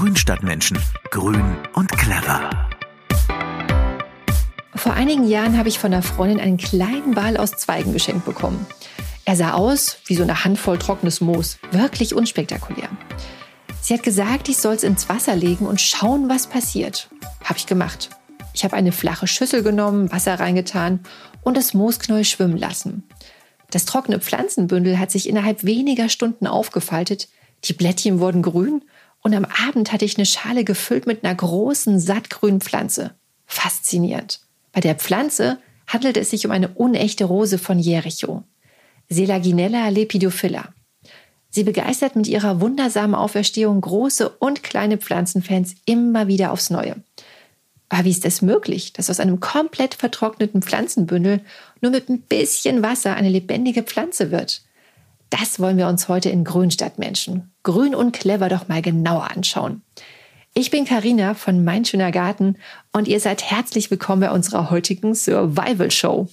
Grünstadtmenschen. Grün und clever. Vor einigen Jahren habe ich von einer Freundin einen kleinen Ball aus Zweigen geschenkt bekommen. Er sah aus wie so eine Handvoll trockenes Moos. Wirklich unspektakulär. Sie hat gesagt, ich soll es ins Wasser legen und schauen, was passiert. Habe ich gemacht. Ich habe eine flache Schüssel genommen, Wasser reingetan und das Moosknäuel schwimmen lassen. Das trockene Pflanzenbündel hat sich innerhalb weniger Stunden aufgefaltet. Die Blättchen wurden grün und am Abend hatte ich eine Schale gefüllt mit einer großen, sattgrünen Pflanze. Faszinierend. Bei der Pflanze handelt es sich um eine unechte Rose von Jericho. Selaginella lepidophylla. Sie begeistert mit ihrer wundersamen Auferstehung große und kleine Pflanzenfans immer wieder aufs Neue. Aber wie ist es möglich, dass aus einem komplett vertrockneten Pflanzenbündel nur mit ein bisschen Wasser eine lebendige Pflanze wird? Das wollen wir uns heute in Grünstadtmenschen, grün und clever, doch mal genauer anschauen. Ich bin Carina von Mein schöner Garten und ihr seid herzlich willkommen bei unserer heutigen Survival Show.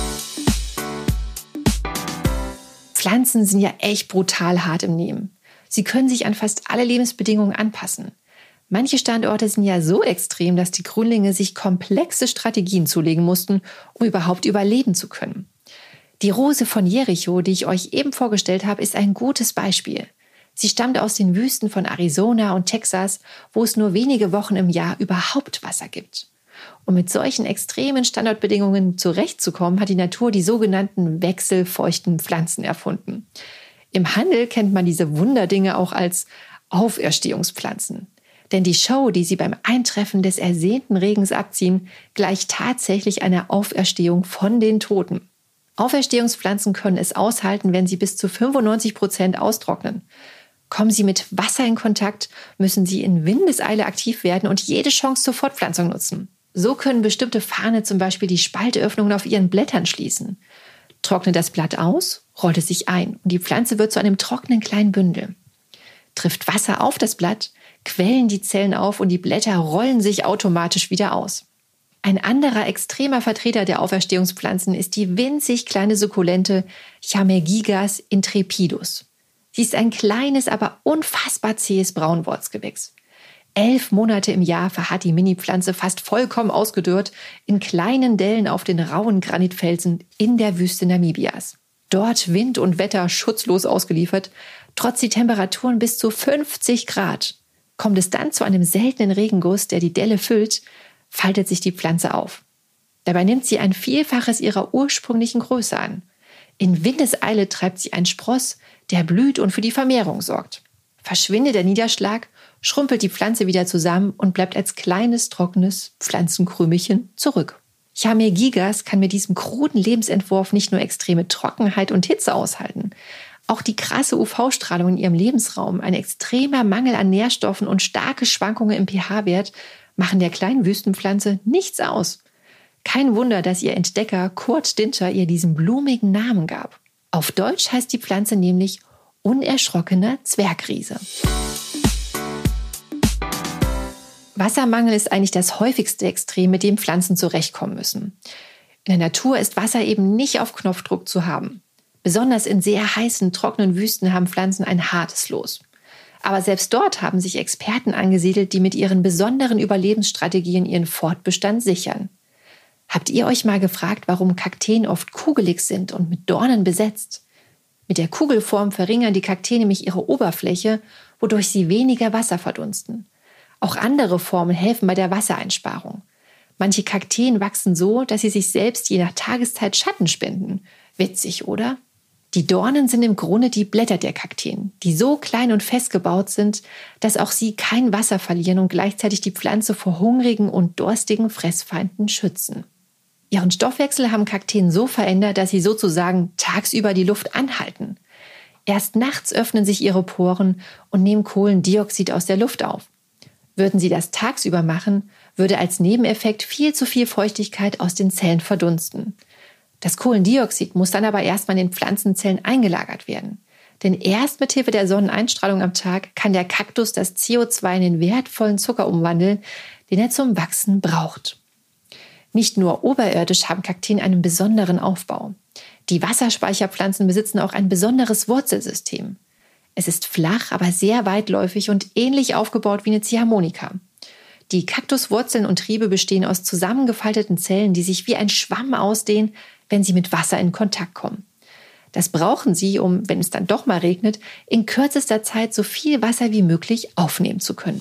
Pflanzen sind ja echt brutal hart im Nehmen. Sie können sich an fast alle Lebensbedingungen anpassen. Manche Standorte sind ja so extrem, dass die Grünlinge sich komplexe Strategien zulegen mussten, um überhaupt überleben zu können. Die Rose von Jericho, die ich euch eben vorgestellt habe, ist ein gutes Beispiel. Sie stammt aus den Wüsten von Arizona und Texas, wo es nur wenige Wochen im Jahr überhaupt Wasser gibt. Um mit solchen extremen Standortbedingungen zurechtzukommen, hat die Natur die sogenannten wechselfeuchten Pflanzen erfunden. Im Handel kennt man diese Wunderdinge auch als Auferstehungspflanzen. Denn die Show, die sie beim Eintreffen des ersehnten Regens abziehen, gleicht tatsächlich einer Auferstehung von den Toten. Auferstehungspflanzen können es aushalten, wenn sie bis zu 95% austrocknen. Kommen sie mit Wasser in Kontakt, müssen sie in Windeseile aktiv werden und jede Chance zur Fortpflanzung nutzen. So können bestimmte Farne zum Beispiel die Spaltöffnungen auf ihren Blättern schließen. Trocknet das Blatt aus, rollt es sich ein und die Pflanze wird zu einem trockenen kleinen Bündel. Trifft Wasser auf das Blatt, quellen die Zellen auf und die Blätter rollen sich automatisch wieder aus. Ein anderer extremer Vertreter der Auferstehungspflanzen ist die winzig kleine Sukkulente Chamergigas intrepidus. Sie ist ein kleines, aber unfassbar zähes Braunwurzgewächs. 11 Monate im Jahr verharrt die Mini-Pflanze fast vollkommen ausgedörrt in kleinen Dellen auf den rauen Granitfelsen in der Wüste Namibias. Dort Wind und Wetter schutzlos ausgeliefert, trotz die Temperaturen bis zu 50 Grad. Kommt es dann zu einem seltenen Regenguss, der die Delle füllt, faltet sich die Pflanze auf. Dabei nimmt sie ein Vielfaches ihrer ursprünglichen Größe an. In Windeseile treibt sie einen Spross, der blüht und für die Vermehrung sorgt. Verschwindet der Niederschlag, schrumpelt die Pflanze wieder zusammen und bleibt als kleines, trockenes Pflanzenkrümelchen zurück. Chamergigas kann mit diesem kruden Lebensentwurf nicht nur extreme Trockenheit und Hitze aushalten. Auch die krasse UV-Strahlung in ihrem Lebensraum, ein extremer Mangel an Nährstoffen und starke Schwankungen im pH-Wert machen der kleinen Wüstenpflanze nichts aus. Kein Wunder, dass ihr Entdecker Kurt Dinter ihr diesen blumigen Namen gab. Auf Deutsch heißt die Pflanze nämlich unerschrockener Zwergriese. Wassermangel ist eigentlich das häufigste Extrem, mit dem Pflanzen zurechtkommen müssen. In der Natur ist Wasser eben nicht auf Knopfdruck zu haben. Besonders in sehr heißen, trockenen Wüsten haben Pflanzen ein hartes Los. Aber selbst dort haben sich Experten angesiedelt, die mit ihren besonderen Überlebensstrategien ihren Fortbestand sichern. Habt ihr euch mal gefragt, warum Kakteen oft kugelig sind und mit Dornen besetzt? Mit der Kugelform verringern die Kakteen nämlich ihre Oberfläche, wodurch sie weniger Wasser verdunsten. Auch andere Formen helfen bei der Wassereinsparung. Manche Kakteen wachsen so, dass sie sich selbst je nach Tageszeit Schatten spenden. Witzig, oder? Die Dornen sind im Grunde die Blätter der Kakteen, die so klein und fest gebaut sind, dass auch sie kein Wasser verlieren und gleichzeitig die Pflanze vor hungrigen und durstigen Fressfeinden schützen. Ihren Stoffwechsel haben Kakteen so verändert, dass sie sozusagen tagsüber die Luft anhalten. Erst nachts öffnen sich ihre Poren und nehmen Kohlendioxid aus der Luft auf. Würden sie das tagsüber machen, würde als Nebeneffekt viel zu viel Feuchtigkeit aus den Zellen verdunsten. Das Kohlendioxid muss dann aber erstmal in den Pflanzenzellen eingelagert werden. Denn erst mit Hilfe der Sonneneinstrahlung am Tag kann der Kaktus das CO2 in den wertvollen Zucker umwandeln, den er zum Wachsen braucht. Nicht nur oberirdisch haben Kakteen einen besonderen Aufbau. Die Wasserspeicherpflanzen besitzen auch ein besonderes Wurzelsystem. Es ist flach, aber sehr weitläufig und ähnlich aufgebaut wie eine Ziehharmonika. Die Kaktuswurzeln und Triebe bestehen aus zusammengefalteten Zellen, die sich wie ein Schwamm ausdehnen, wenn sie mit Wasser in Kontakt kommen. Das brauchen sie, um, wenn es dann doch mal regnet, in kürzester Zeit so viel Wasser wie möglich aufnehmen zu können.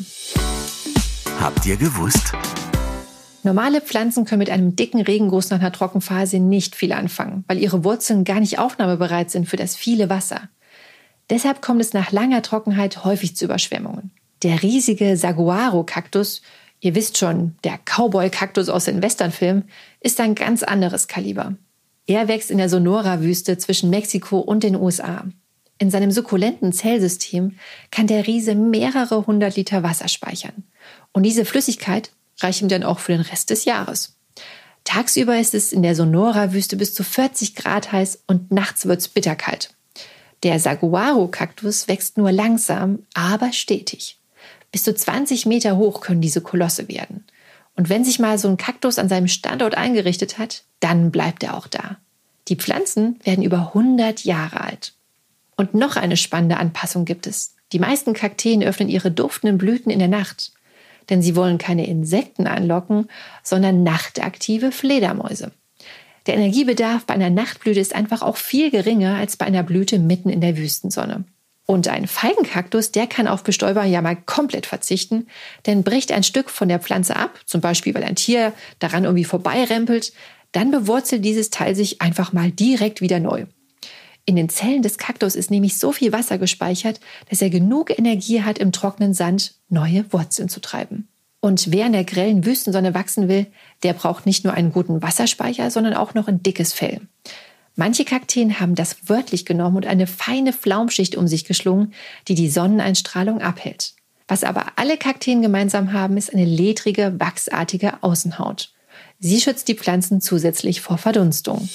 Habt ihr gewusst? Normale Pflanzen können mit einem dicken Regenguss nach einer Trockenphase nicht viel anfangen, weil ihre Wurzeln gar nicht aufnahmebereit sind für das viele Wasser. Deshalb kommt es nach langer Trockenheit häufig zu Überschwemmungen. Der riesige Saguaro-Kaktus, ihr wisst schon, der Cowboy-Kaktus aus den Westernfilmen, ist ein ganz anderes Kaliber. Er wächst in der Sonora-Wüste zwischen Mexiko und den USA. In seinem sukkulenten Zellsystem kann der Riese mehrere 100 Liter Wasser speichern. Und diese Flüssigkeit reicht ihm dann auch für den Rest des Jahres. Tagsüber ist es in der Sonora-Wüste bis zu 40 Grad heiß und nachts wird es bitterkalt. Der Saguaro-Kaktus wächst nur langsam, aber stetig. Bis zu 20 Meter hoch können diese Kolosse werden. Und wenn sich mal so ein Kaktus an seinem Standort eingerichtet hat, dann bleibt er auch da. Die Pflanzen werden über 100 Jahre alt. Und noch eine spannende Anpassung gibt es. Die meisten Kakteen öffnen ihre duftenden Blüten in der Nacht. Denn sie wollen keine Insekten anlocken, sondern nachtaktive Fledermäuse. Der Energiebedarf bei einer Nachtblüte ist einfach auch viel geringer als bei einer Blüte mitten in der Wüstensonne. Und ein Feigenkaktus, der kann auf Bestäuber ja mal komplett verzichten, denn bricht ein Stück von der Pflanze ab, zum Beispiel weil ein Tier daran irgendwie vorbeirempelt, dann bewurzelt dieses Teil sich einfach mal direkt wieder neu. In den Zellen des Kaktus ist nämlich so viel Wasser gespeichert, dass er genug Energie hat, im trockenen Sand neue Wurzeln zu treiben. Und wer in der grellen Wüstensonne wachsen will, der braucht nicht nur einen guten Wasserspeicher, sondern auch noch ein dickes Fell. Manche Kakteen haben das wörtlich genommen und eine feine Flaumschicht um sich geschlungen, die die Sonneneinstrahlung abhält. Was aber alle Kakteen gemeinsam haben, ist eine ledrige, wachsartige Außenhaut. Sie schützt die Pflanzen zusätzlich vor Verdunstung.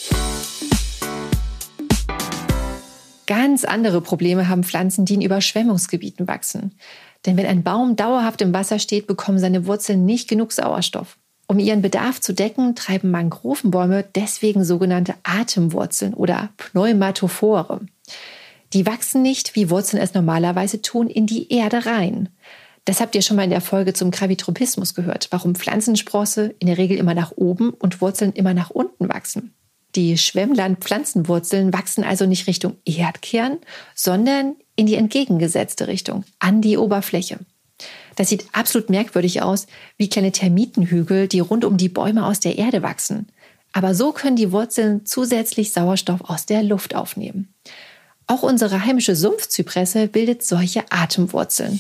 Ganz andere Probleme haben Pflanzen, die in Überschwemmungsgebieten wachsen. Denn wenn ein Baum dauerhaft im Wasser steht, bekommen seine Wurzeln nicht genug Sauerstoff. Um ihren Bedarf zu decken, treiben Mangrovenbäume deswegen sogenannte Atemwurzeln oder Pneumatophore. Die wachsen nicht, wie Wurzeln es normalerweise tun, in die Erde rein. Das habt ihr schon mal in der Folge zum Gravitropismus gehört, warum Pflanzensprosse in der Regel immer nach oben und Wurzeln immer nach unten wachsen. Die Schwemmland-Pflanzenwurzeln wachsen also nicht Richtung Erdkern, sondern in die entgegengesetzte Richtung, an die Oberfläche. Das sieht absolut merkwürdig aus, wie kleine Termitenhügel, die rund um die Bäume aus der Erde wachsen. Aber so können die Wurzeln zusätzlich Sauerstoff aus der Luft aufnehmen. Auch unsere heimische Sumpfzypresse bildet solche Atemwurzeln.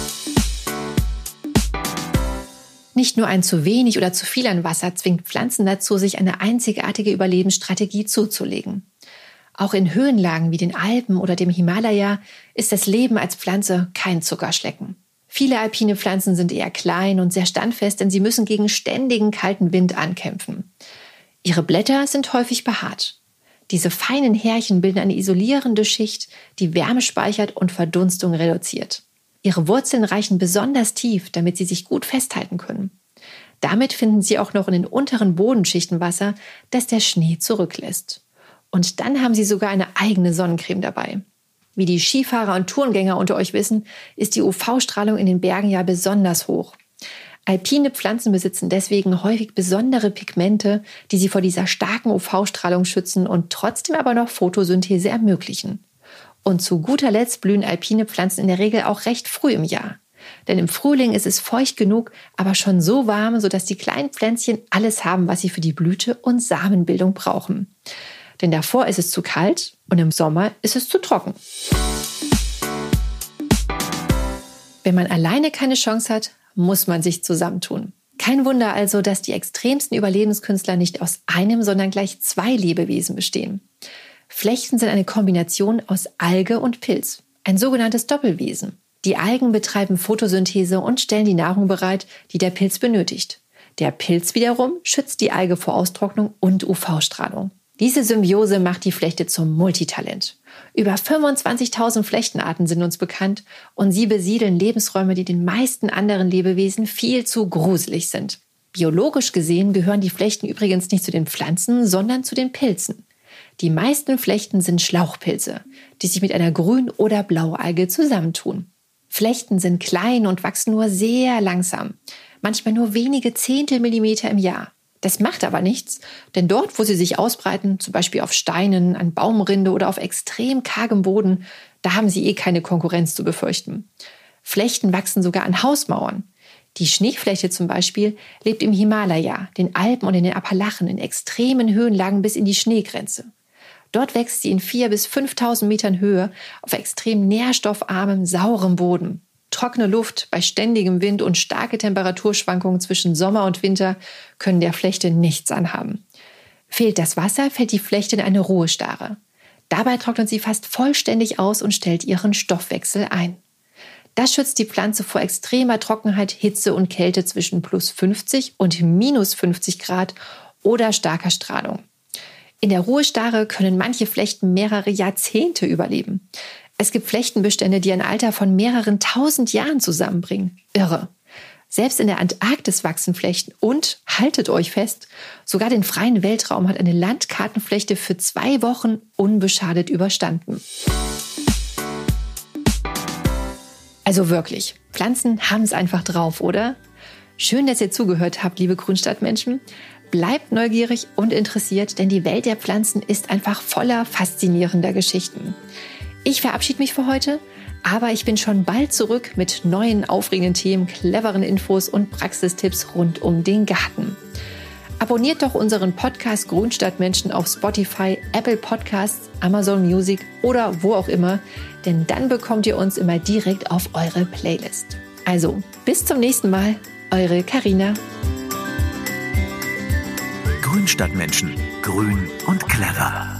Nicht nur ein zu wenig oder zu viel an Wasser zwingt Pflanzen dazu, sich eine einzigartige Überlebensstrategie zuzulegen. Auch in Höhenlagen wie den Alpen oder dem Himalaya ist das Leben als Pflanze kein Zuckerschlecken. Viele alpine Pflanzen sind eher klein und sehr standfest, denn sie müssen gegen ständigen kalten Wind ankämpfen. Ihre Blätter sind häufig behaart. Diese feinen Härchen bilden eine isolierende Schicht, die Wärme speichert und Verdunstung reduziert. Ihre Wurzeln reichen besonders tief, damit sie sich gut festhalten können. Damit finden sie auch noch in den unteren Bodenschichten Wasser, das der Schnee zurücklässt. Und dann haben sie sogar eine eigene Sonnencreme dabei. Wie die Skifahrer und Tourengänger unter euch wissen, ist die UV-Strahlung in den Bergen ja besonders hoch. Alpine Pflanzen besitzen deswegen häufig besondere Pigmente, die sie vor dieser starken UV-Strahlung schützen und trotzdem aber noch Photosynthese ermöglichen. Und zu guter Letzt blühen alpine Pflanzen in der Regel auch recht früh im Jahr. Denn im Frühling ist es feucht genug, aber schon so warm, sodass die kleinen Pflänzchen alles haben, was sie für die Blüte und Samenbildung brauchen. Denn davor ist es zu kalt und im Sommer ist es zu trocken. Wenn man alleine keine Chance hat, muss man sich zusammentun. Kein Wunder also, dass die extremsten Überlebenskünstler nicht aus einem, sondern gleich 2 Lebewesen bestehen. Flechten sind eine Kombination aus Alge und Pilz, ein sogenanntes Doppelwesen. Die Algen betreiben Photosynthese und stellen die Nahrung bereit, die der Pilz benötigt. Der Pilz wiederum schützt die Alge vor Austrocknung und UV-Strahlung. Diese Symbiose macht die Flechte zum Multitalent. Über 25.000 Flechtenarten sind uns bekannt und sie besiedeln Lebensräume, die den meisten anderen Lebewesen viel zu gruselig sind. Biologisch gesehen gehören die Flechten übrigens nicht zu den Pflanzen, sondern zu den Pilzen. Die meisten Flechten sind Schlauchpilze, die sich mit einer Grün- oder Blaualge zusammentun. Flechten sind klein und wachsen nur sehr langsam, manchmal nur wenige Zehntelmillimeter im Jahr. Das macht aber nichts, denn dort, wo sie sich ausbreiten, zum Beispiel auf Steinen, an Baumrinde oder auf extrem kargem Boden, da haben sie keine Konkurrenz zu befürchten. Flechten wachsen sogar an Hausmauern. Die Schneeflechte zum Beispiel lebt im Himalaya, den Alpen und in den Appalachen in extremen Höhenlagen bis in die Schneegrenze. Dort wächst sie in 4.000 bis 5.000 Metern Höhe auf extrem nährstoffarmem, saurem Boden. Trockene Luft bei ständigem Wind und starke Temperaturschwankungen zwischen Sommer und Winter können der Flechte nichts anhaben. Fehlt das Wasser, fällt die Flechte in eine Ruhestarre. Dabei trocknet sie fast vollständig aus und stellt ihren Stoffwechsel ein. Das schützt die Pflanze vor extremer Trockenheit, Hitze und Kälte zwischen plus 50 und minus 50 Grad oder starker Strahlung. In der Ruhestarre können manche Flechten mehrere Jahrzehnte überleben. Es gibt Flechtenbestände, die ein Alter von mehreren 1000 Jahren zusammenbringen. Irre. Selbst in der Antarktis wachsen Flechten und, haltet euch fest, sogar den freien Weltraum hat eine Landkartenflechte für 2 Wochen unbeschadet überstanden. Also wirklich, Pflanzen haben es einfach drauf, oder? Schön, dass ihr zugehört habt, liebe Grünstadtmenschen. Bleibt neugierig und interessiert, denn die Welt der Pflanzen ist einfach voller faszinierender Geschichten. Ich verabschiede mich für heute, aber ich bin schon bald zurück mit neuen aufregenden Themen, cleveren Infos und Praxistipps rund um den Garten. Abonniert doch unseren Podcast Grünstadtmenschen auf Spotify, Apple Podcasts, Amazon Music oder wo auch immer, denn dann bekommt ihr uns immer direkt auf eure Playlist. Also, bis zum nächsten Mal, eure Carina. Grünstadtmenschen. Grün und clever.